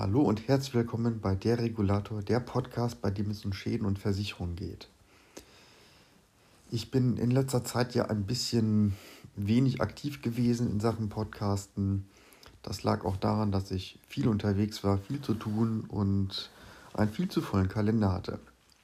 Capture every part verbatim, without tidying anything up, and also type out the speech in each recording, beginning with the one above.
Hallo und herzlich willkommen bei Der Regulator, der Podcast, bei dem es um Schäden und Versicherungen geht. Ich bin in letzter Zeit ja ein bisschen wenig aktiv gewesen in Sachen Podcasten. Das lag auch daran, dass ich viel unterwegs war, viel zu tun und einen viel zu vollen Kalender hatte.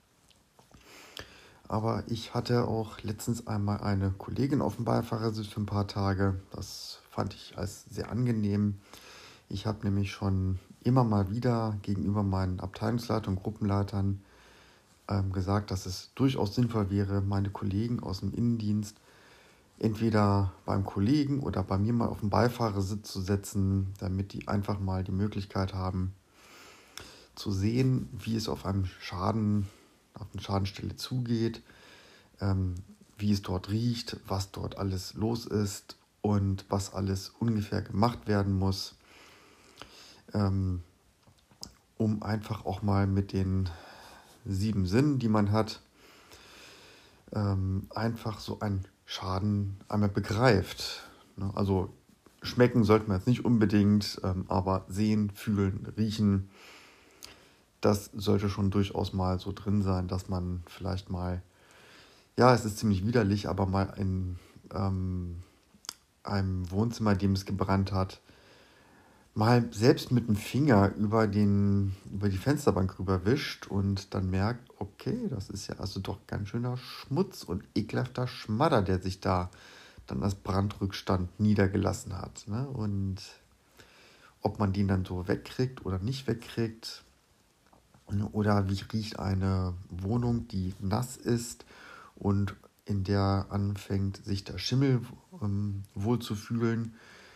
Aber ich hatte auch letztens einmal eine Kollegin auf dem Beifahrersitz für ein paar Tage. Das fand ich als sehr angenehm. Ich habe nämlich schon immer mal wieder gegenüber meinen Abteilungsleitern und Gruppenleitern ähm, gesagt, dass es durchaus sinnvoll wäre, meine Kollegen aus dem Innendienst entweder beim Kollegen oder bei mir mal auf den Beifahrersitz zu setzen, damit die einfach mal die Möglichkeit haben, zu sehen, wie es auf einem Schaden, auf einer Schadenstelle zugeht, ähm, wie es dort riecht, was dort alles los ist und was alles ungefähr gemacht werden muss, ähm, um einfach auch mal mit den sieben Sinnen, die man hat, ähm, einfach so einen Schaden einmal begreift. Ne? Also schmecken sollte man jetzt nicht unbedingt, ähm, aber sehen, fühlen, riechen, das sollte schon durchaus mal so drin sein, dass man vielleicht mal, ja, es ist ziemlich widerlich, aber mal in ähm, einem Wohnzimmer, in dem es gebrannt hat, mal selbst mit dem Finger über, den, über die Fensterbank rüberwischt und dann merkt, okay, das ist ja also doch ganz schöner Schmutz und ekelhafter Schmadder, der sich da dann als Brandrückstand niedergelassen hat. Ne? Und ob man den dann so wegkriegt oder nicht wegkriegt, oder wie riecht eine Wohnung, die nass ist und in der anfängt, sich der Schimmel ähm, wohl zu fühlen.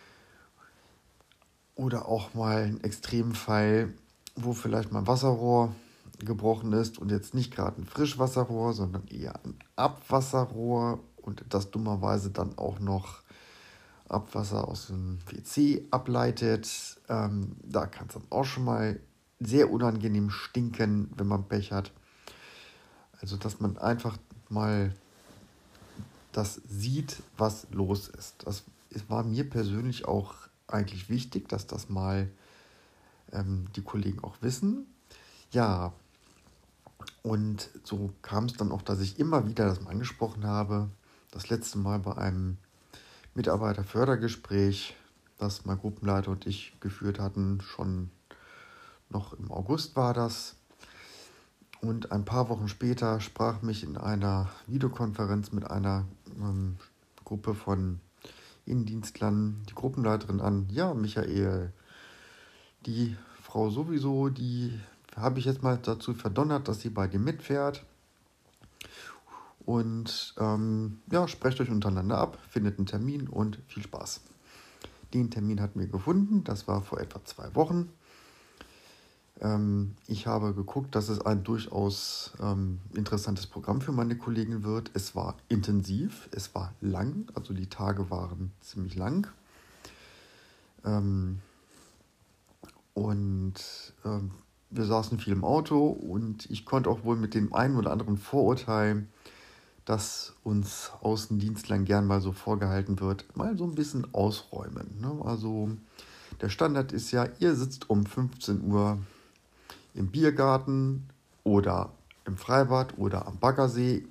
Oder auch mal einen Extremfall, wo vielleicht mal ein Wasserrohr gebrochen ist und jetzt nicht gerade ein Frischwasserrohr, sondern eher ein Abwasserrohr und das dummerweise dann auch noch Abwasser aus dem W C ableitet. Ähm, da kann es dann auch schon mal sehr unangenehm stinken, wenn man Pech hat. Also, dass man einfach mal das sieht, was los ist. Das war mir persönlich auch eigentlich wichtig, dass das mal ähm, die Kollegen auch wissen. Ja, und so kam es dann auch, dass ich immer wieder das mal angesprochen habe. Das letzte Mal bei einem Mitarbeiterfördergespräch, das mein Gruppenleiter und ich geführt hatten, schon noch im August war das. Und ein paar Wochen später sprach mich in einer Videokonferenz mit einer ähm, Gruppe von Innendienstlern die Gruppenleiterin an. Ja, Michael, die Frau sowieso, die habe ich jetzt mal dazu verdonnert, dass sie bei dir mitfährt. Und ähm, ja, sprecht euch untereinander ab, findet einen Termin und viel Spaß. Den Termin hatten wir gefunden, das war vor etwa zwei Wochen. Ähm, ich habe geguckt, dass es ein durchaus ähm, interessantes Programm für meine Kollegen wird. Es war intensiv, es war lang, also die Tage waren ziemlich lang. Ähm, und ähm, wir saßen viel im Auto und ich konnte auch wohl mit dem einen oder anderen Vorurteil, das uns Außendienstlern gern mal so vorgehalten wird, mal so ein bisschen ausräumen. Ne? Also der Standard ist ja, ihr sitzt um fünfzehn Uhr im Biergarten oder im Freibad oder am Baggersee.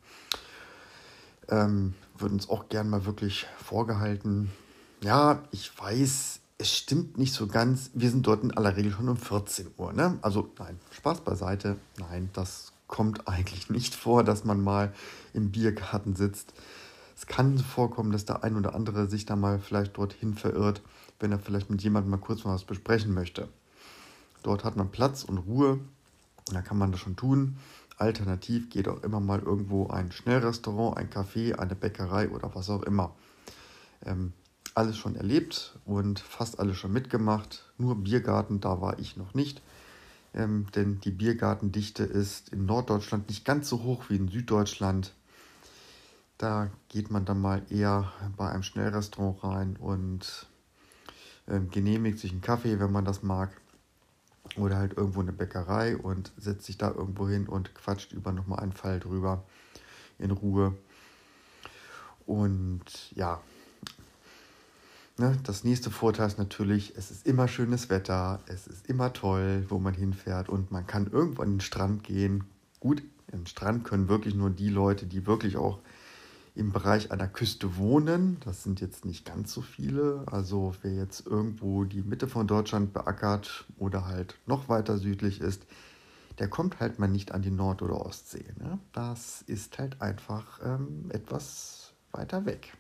Ähm, wird uns auch gern mal wirklich vorgehalten. Ja, ich weiß, es stimmt nicht so ganz. Wir sind dort in aller Regel schon um vierzehn Uhr. Ne? Also nein, Spaß beiseite. Nein, das kommt eigentlich nicht vor, dass man mal im Biergarten sitzt. Es kann vorkommen, dass der ein oder andere sich da mal vielleicht dorthin verirrt, wenn er vielleicht mit jemandem mal kurz mal was besprechen möchte. Dort hat man Platz und Ruhe. Da kann man das schon tun. Alternativ geht auch immer mal irgendwo ein Schnellrestaurant, ein Café, eine Bäckerei oder was auch immer. Ähm, alles schon erlebt und fast alles schon mitgemacht. Nur Biergarten, da war ich noch nicht. Ähm, denn die Biergartendichte ist in Norddeutschland nicht ganz so hoch wie in Süddeutschland. Da geht man dann mal eher bei einem Schnellrestaurant rein und ähm, genehmigt sich einen Kaffee, wenn man das mag. Oder halt irgendwo eine Bäckerei und setzt sich da irgendwo hin und quatscht über nochmal einen Fall drüber in Ruhe. Und ja, Ne? Das nächste Vorteil ist natürlich, es ist immer schönes Wetter, es ist immer toll, wo man hinfährt und man kann irgendwo an den Strand gehen. Gut, an den Strand können wirklich nur die Leute, die wirklich auch im Bereich einer Küste wohnen. Das sind jetzt nicht ganz so viele. Also wer jetzt irgendwo die Mitte von Deutschland beackert oder halt noch weiter südlich ist, der kommt halt mal nicht an die Nord- oder Ostsee. Ne? Das ist halt einfach ähm, etwas weiter weg.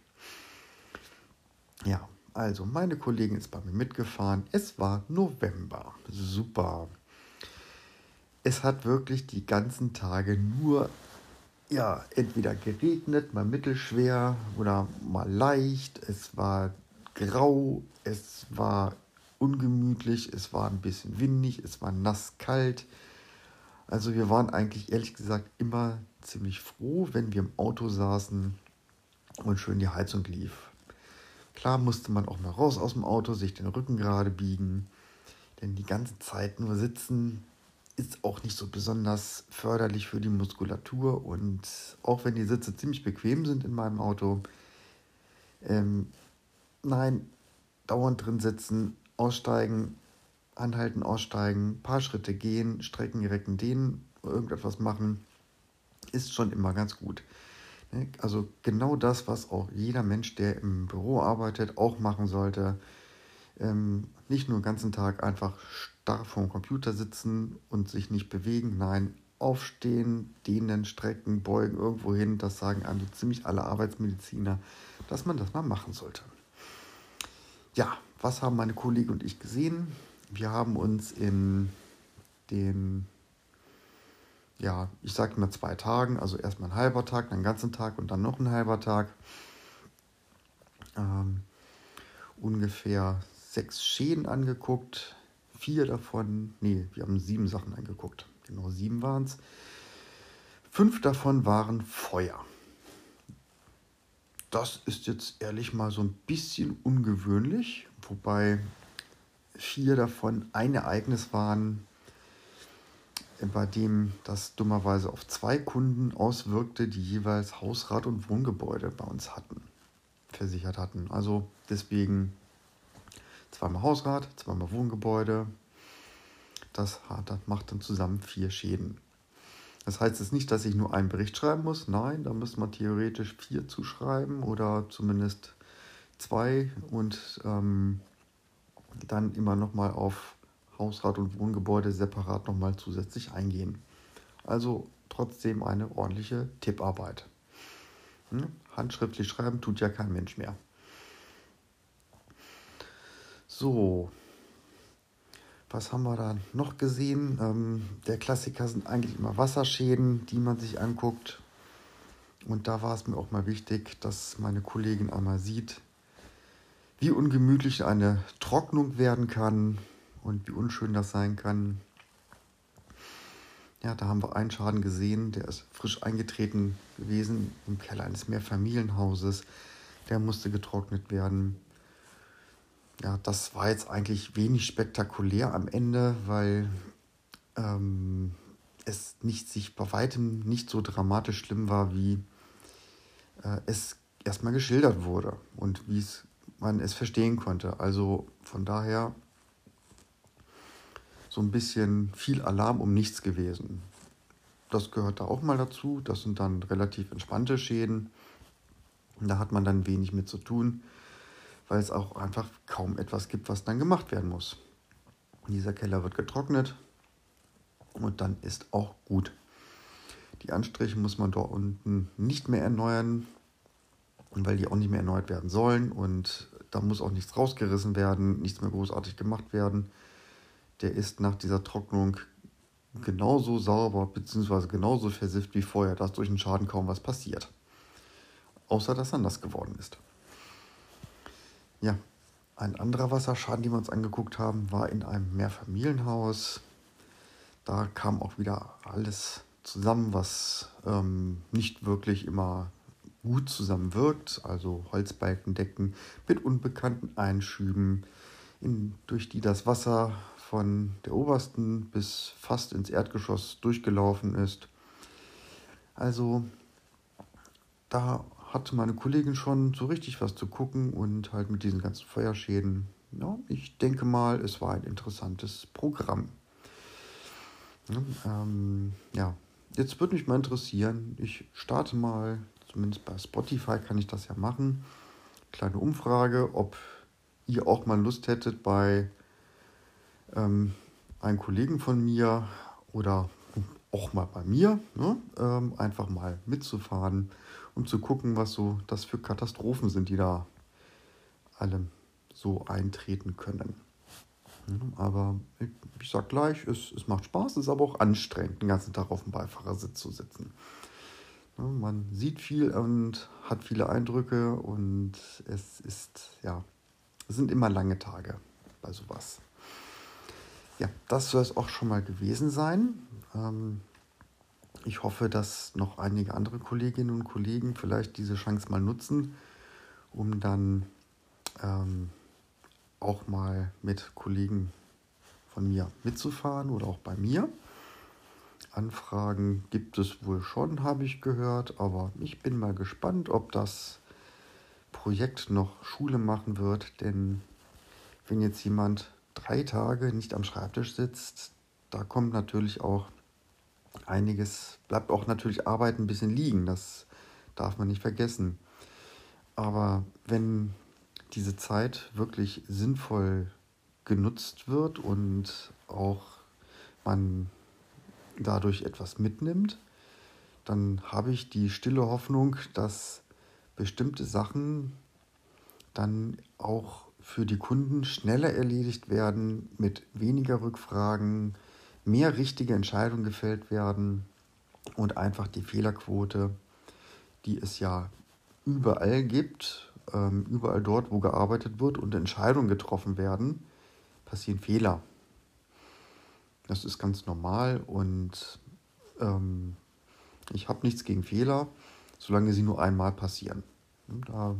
Ja, also meine Kollegin ist bei mir mitgefahren. Es war November. Super. Es hat wirklich die ganzen Tage nur, ja, entweder geregnet, mal mittelschwer oder mal leicht. Es war grau, es war ungemütlich, es war ein bisschen windig, es war nass kalt. Also wir waren eigentlich ehrlich gesagt immer ziemlich froh, wenn wir im Auto saßen und schön die Heizung lief. Klar musste man auch mal raus aus dem Auto, sich den Rücken gerade biegen, denn die ganze Zeit nur sitzen ist auch nicht so besonders förderlich für die Muskulatur. Und auch wenn die Sitze ziemlich bequem sind in meinem Auto, ähm, nein, dauernd drin sitzen, aussteigen, anhalten, aussteigen, paar Schritte gehen, strecken, recken, dehnen, irgendetwas machen, ist schon immer ganz gut. Also genau das, was auch jeder Mensch, der im Büro arbeitet, auch machen sollte. Ähm, nicht nur den ganzen Tag einfach starr vorm Computer sitzen und sich nicht bewegen. Nein, aufstehen, dehnen, strecken, beugen, irgendwo hin. Das sagen einem so ziemlich alle Arbeitsmediziner, dass man das mal machen sollte. Ja, was haben meine Kollegin und ich gesehen? Wir haben uns in den, ja, ich sage mal zwei Tagen, also erstmal ein halber Tag, dann einen ganzen Tag und dann noch ein halber Tag, ähm, ungefähr sechs Schäden angeguckt. Vier davon, nee, wir haben sieben Sachen angeguckt. Genau, sieben waren es. Fünf davon waren Feuer. Das ist jetzt ehrlich mal so ein bisschen ungewöhnlich, wobei vier davon ein Ereignis waren, bei dem das dummerweise auf zwei Kunden auswirkte, die jeweils Hausrat und Wohngebäude bei uns hatten, versichert hatten. Also deswegen zweimal Hausrat, zweimal Wohngebäude. Das, das macht dann zusammen vier Schäden. Das heißt jetzt nicht, dass ich nur einen Bericht schreiben muss. Nein, da müsste man theoretisch vier zuschreiben oder zumindest zwei und ähm, dann immer nochmal auf Hausrat und Wohngebäude separat nochmal zusätzlich eingehen. Also trotzdem eine ordentliche Tipparbeit. Hm? Handschriftlich schreiben tut ja kein Mensch mehr. So, was haben wir da noch gesehen? Ähm, der Klassiker sind eigentlich immer Wasserschäden, die man sich anguckt. Und da war es mir auch mal wichtig, dass meine Kollegin einmal sieht, wie ungemütlich eine Trocknung werden kann und wie unschön das sein kann. Ja, da haben wir einen Schaden gesehen, der ist frisch eingetreten gewesen im Keller eines Mehrfamilienhauses. Der musste getrocknet werden. Ja, das war jetzt eigentlich wenig spektakulär am Ende, weil ähm, es nicht sich bei weitem nicht so dramatisch schlimm war, wie äh, es erstmal geschildert wurde und wie es man es verstehen konnte. Also von daher so ein bisschen viel Alarm um nichts gewesen. Das gehört da auch mal dazu. Das sind dann relativ entspannte Schäden. Und da hat man dann wenig mit zu tun, weil es auch einfach kaum etwas gibt, was dann gemacht werden muss. Dieser Keller wird getrocknet und dann ist auch gut. Die Anstriche muss man dort unten nicht mehr erneuern, weil die auch nicht mehr erneuert werden sollen. Und da muss auch nichts rausgerissen werden, nichts mehr großartig gemacht werden. Der ist nach dieser Trocknung genauso sauber bzw. genauso versifft wie vorher, dass durch den Schaden kaum was passiert. Außer, dass er nass geworden ist. Ja, ein anderer Wasserschaden, den wir uns angeguckt haben, war in einem Mehrfamilienhaus. Da kam auch wieder alles zusammen, was ähm, nicht wirklich immer gut zusammenwirkt. Also Holzbalkendecken mit unbekannten Einschüben, in, durch die das Wasser von der obersten bis fast ins Erdgeschoss durchgelaufen ist. Also da hatte meine Kollegin schon so richtig was zu gucken und halt mit diesen ganzen Feuerschäden. Ja, ich denke mal, es war ein interessantes Programm. Ja, ähm, ja, jetzt würde mich mal interessieren, ich starte mal, zumindest bei Spotify kann ich das ja machen, kleine Umfrage, ob ihr auch mal Lust hättet, bei ähm, einem Kollegen von mir oder auch mal bei mir, ne, ähm, einfach mal mitzufahren, um zu gucken, was so das für Katastrophen sind, die da alle so eintreten können. Ja, aber ich, ich sag gleich, es, es macht Spaß, es ist aber auch anstrengend, den ganzen Tag auf dem Beifahrersitz zu sitzen. Ja, man sieht viel und hat viele Eindrücke und es ist, ja, es sind immer lange Tage bei sowas. Ja, das soll es auch schon mal gewesen sein. Ähm, ich hoffe, dass noch einige andere Kolleginnen und Kollegen vielleicht diese Chance mal nutzen, um dann ähm, auch mal mit Kollegen von mir mitzufahren oder auch bei mir. Anfragen gibt es wohl schon, habe ich gehört, aber ich bin mal gespannt, ob das Projekt noch Schule machen wird, denn wenn jetzt jemand drei Tage nicht am Schreibtisch sitzt, da kommt natürlich auch einiges, bleibt auch natürlich Arbeit ein bisschen liegen, das darf man nicht vergessen. Aber wenn diese Zeit wirklich sinnvoll genutzt wird und auch man dadurch etwas mitnimmt, dann habe ich die stille Hoffnung, dass bestimmte Sachen dann auch für die Kunden schneller erledigt werden, mit weniger Rückfragen, mehr richtige Entscheidungen gefällt werden und einfach die Fehlerquote, die es ja überall gibt, ähm, überall dort, wo gearbeitet wird und Entscheidungen getroffen werden, passieren Fehler. Das ist ganz normal und ähm, ich habe nichts gegen Fehler, solange sie nur einmal passieren. Da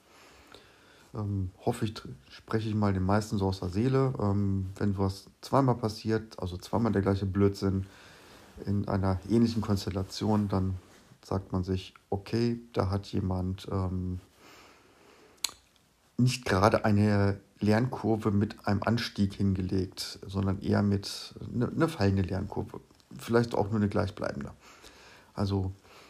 ähm, hoffe ich, spreche ich mal den meisten so aus der Seele. Ähm, wenn was zweimal passiert, also zweimal der gleiche Blödsinn in einer ähnlichen Konstellation, dann sagt man sich, okay, da hat jemand ähm, nicht gerade eine Lernkurve mit einem Anstieg hingelegt, sondern eher mit eine, eine fallende Lernkurve. Vielleicht auch nur eine gleichbleibende. Also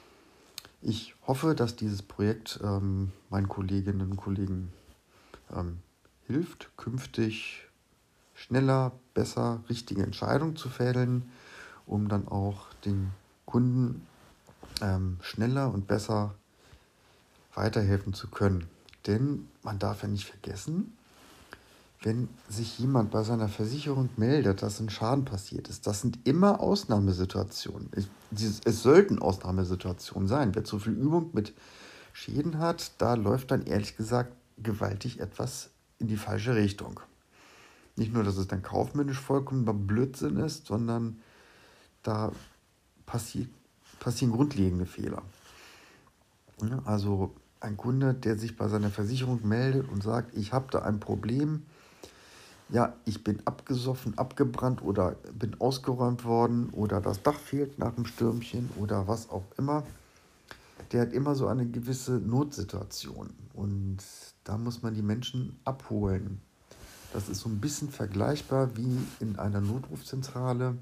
ich hoffe, dass dieses Projekt ähm, meinen Kolleginnen und Kollegen ähm, hilft, künftig schneller, besser, richtige Entscheidungen zu fällen, um dann auch den Kunden ähm, schneller und besser weiterhelfen zu können. Denn man darf ja nicht vergessen, wenn sich jemand bei seiner Versicherung meldet, dass ein Schaden passiert ist, das sind immer Ausnahmesituationen. Ich, dieses, es sollten Ausnahmesituationen sein. Wer zu viel Übung mit Schäden hat, da läuft dann ehrlich gesagt gewaltig etwas in die falsche Richtung. Nicht nur, dass es dann kaufmännisch vollkommener Blödsinn ist, sondern da passi- passieren grundlegende Fehler. Ja, also ein Kunde, der sich bei seiner Versicherung meldet und sagt, ich habe da ein Problem, ja, ich bin abgesoffen, abgebrannt oder bin ausgeräumt worden oder das Dach fehlt nach dem Stürmchen oder was auch immer, der hat immer so eine gewisse Notsituation und da muss man die Menschen abholen. Das ist so ein bisschen vergleichbar wie in einer Notrufzentrale.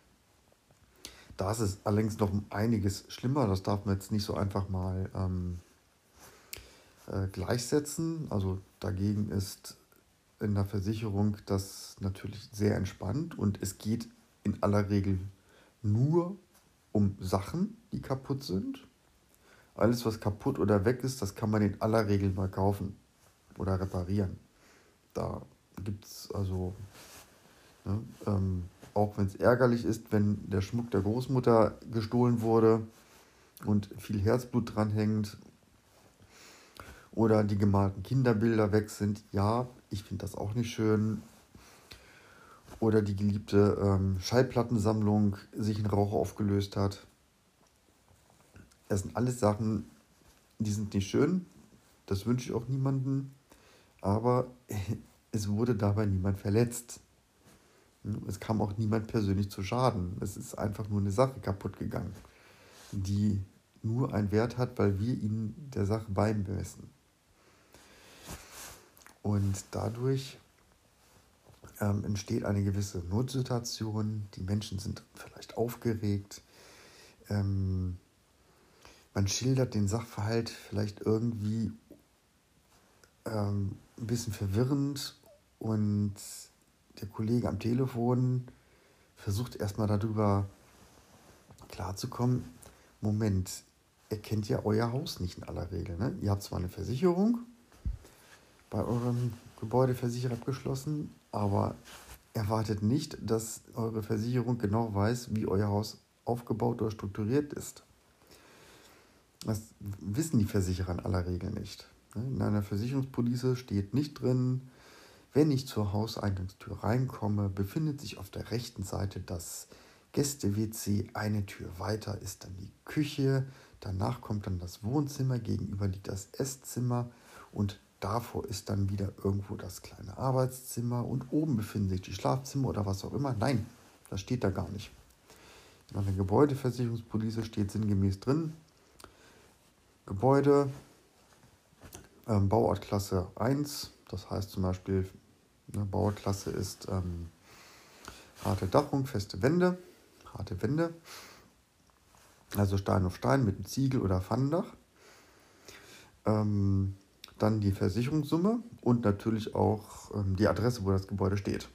Da ist es allerdings noch um einiges schlimmer. Das darf man jetzt nicht so einfach mal ähm, äh, gleichsetzen. Also dagegen ist in der Versicherung das natürlich sehr entspannt und es geht in aller Regel nur um Sachen, die kaputt sind. Alles, was kaputt oder weg ist, das kann man in aller Regel mal kaufen oder reparieren. Da gibt es also, ne, ähm, auch wenn es ärgerlich ist, wenn der Schmuck der Großmutter gestohlen wurde und viel Herzblut dran hängt oder die gemalten Kinderbilder weg sind, ja, ich finde das auch nicht schön. Oder die geliebte ähm, Schallplattensammlung sich in Rauch aufgelöst hat. Das sind alles Sachen, die sind nicht schön. Das wünsche ich auch niemandem. Aber es wurde dabei niemand verletzt. Es kam auch niemand persönlich zu Schaden. Es ist einfach nur eine Sache kaputt gegangen, die nur einen Wert hat, weil wir ihn der Sache beimessen. Und dadurch ähm, entsteht eine gewisse Notsituation, die Menschen sind vielleicht aufgeregt, ähm, man schildert den Sachverhalt vielleicht irgendwie ähm, ein bisschen verwirrend und der Kollege am Telefon versucht erstmal darüber klarzukommen. Moment, ihr kennt ja euer Haus nicht in aller Regel. Ne? Ihr habt zwar eine Versicherung bei eurem Gebäudeversicherer abgeschlossen, aber erwartet nicht, dass eure Versicherung genau weiß, wie euer Haus aufgebaut oder strukturiert ist. Das wissen die Versicherer in aller Regel nicht. In einer Versicherungspolice steht nicht drin, wenn ich zur Hauseingangstür reinkomme, befindet sich auf der rechten Seite das Gäste-W C, eine Tür weiter ist dann die Küche, danach kommt dann das Wohnzimmer, gegenüber liegt das Esszimmer und davor ist dann wieder irgendwo das kleine Arbeitszimmer und oben befinden sich die Schlafzimmer oder was auch immer. Nein, das steht da gar nicht. In einer Gebäudeversicherungspolice steht sinngemäß drin, Gebäude, ähm, Bauartklasse eins, das heißt zum Beispiel, eine Bauartklasse ist ähm, harte Dachung, feste Wände, harte Wände, also Stein auf Stein mit einem Ziegel- oder Pfannendach. Ähm, dann die Versicherungssumme und natürlich auch ähm, die Adresse, wo das Gebäude steht.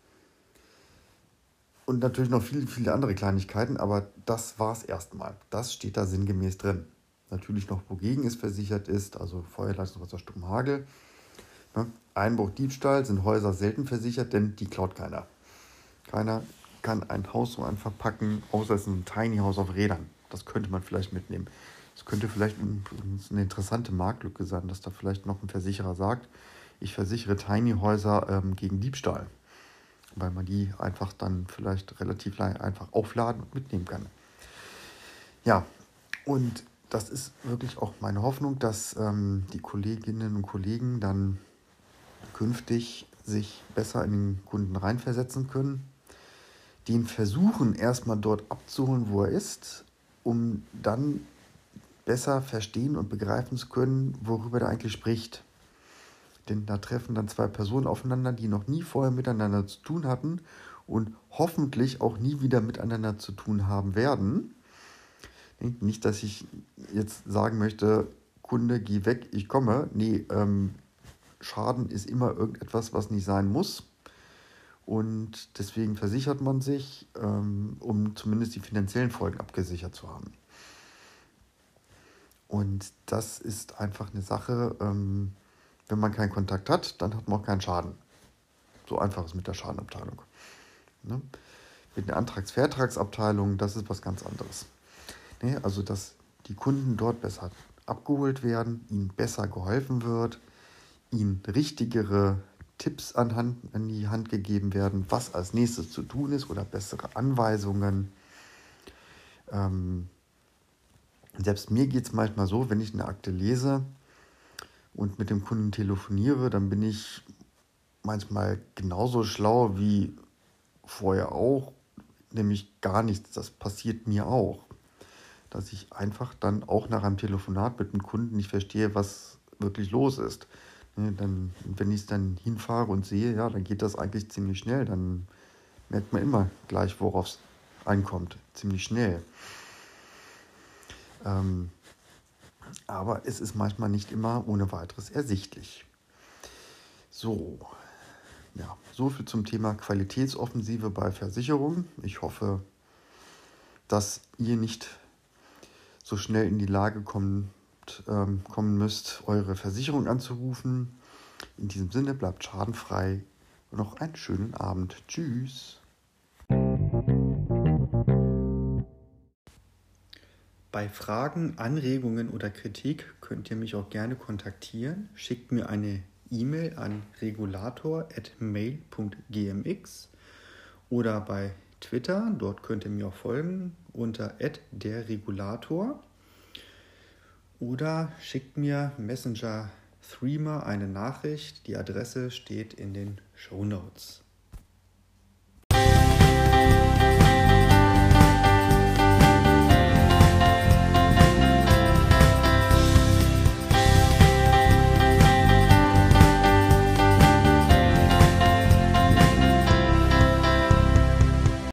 Und natürlich noch viele, viele andere Kleinigkeiten, aber das war es erstmal. Das steht da sinngemäß drin. Natürlich noch, wogegen es versichert ist, also Feuerleistung, Wasser, Sturm, Hagel. Ne? Einbruch, Diebstahl sind Häuser selten versichert, denn die klaut keiner. Keiner kann ein Haus so einfach packen, außer es ist ein Tiny House auf Rädern. Das könnte man vielleicht mitnehmen. Das könnte vielleicht eine interessante Marktlücke sein, dass da vielleicht noch ein Versicherer sagt, ich versichere Tiny Häuser ähm, gegen Diebstahl, weil man die einfach dann vielleicht relativ einfach aufladen und mitnehmen kann. Ja, und das ist wirklich auch meine Hoffnung, dass ähm, die Kolleginnen und Kollegen dann künftig sich besser in den Kunden reinversetzen können, den versuchen erstmal dort abzuholen, wo er ist, um dann besser verstehen und begreifen zu können, worüber er eigentlich spricht. Denn da treffen dann zwei Personen aufeinander, die noch nie vorher miteinander zu tun hatten und hoffentlich auch nie wieder miteinander zu tun haben werden. Nicht, dass ich jetzt sagen möchte, Kunde, geh weg, ich komme. Nee, ähm, Schaden ist immer irgendetwas, was nicht sein muss. Und deswegen versichert man sich, ähm, um zumindest die finanziellen Folgen abgesichert zu haben. Und das ist einfach eine Sache, ähm, wenn man keinen Kontakt hat, dann hat man auch keinen Schaden. So einfach ist mit der Schadenabteilung. Ne? Mit der Antrags-Vertragsabteilung, das ist was ganz anderes. Ne? Also, dass die Kunden dort besser abgeholt werden, ihnen besser geholfen wird, ihnen richtigere Tipps an, Hand, an die Hand gegeben werden, was als nächstes zu tun ist oder bessere Anweisungen. Ähm, selbst mir geht es manchmal so, wenn ich eine Akte lese und mit dem Kunden telefoniere, dann bin ich manchmal genauso schlau wie vorher auch, nämlich gar nichts. Das passiert mir auch, dass ich einfach dann auch nach einem Telefonat mit dem Kunden nicht verstehe, was wirklich los ist. Dann, wenn ich es dann hinfahre und sehe, ja, dann geht das eigentlich ziemlich schnell. Dann merkt man immer gleich, worauf es ankommt. Ziemlich schnell. Ähm, aber es ist manchmal nicht immer ohne weiteres ersichtlich. So, ja, so viel zum Thema Qualitätsoffensive bei Versicherungen. Ich hoffe, dass ihr nicht so schnell in die Lage kommt, ähm, kommen müsst, eure Versicherung anzurufen. In diesem Sinne, bleibt schadenfrei und noch einen schönen Abend. Tschüss. Bei Fragen, Anregungen oder Kritik könnt ihr mich auch gerne kontaktieren. Schickt mir eine E-Mail an regulator at mail punkt g m x oder bei Twitter, dort könnt ihr mir auch folgen unter at der Regulator oder schickt mir Messenger Threema eine Nachricht. Die Adresse steht in den Shownotes.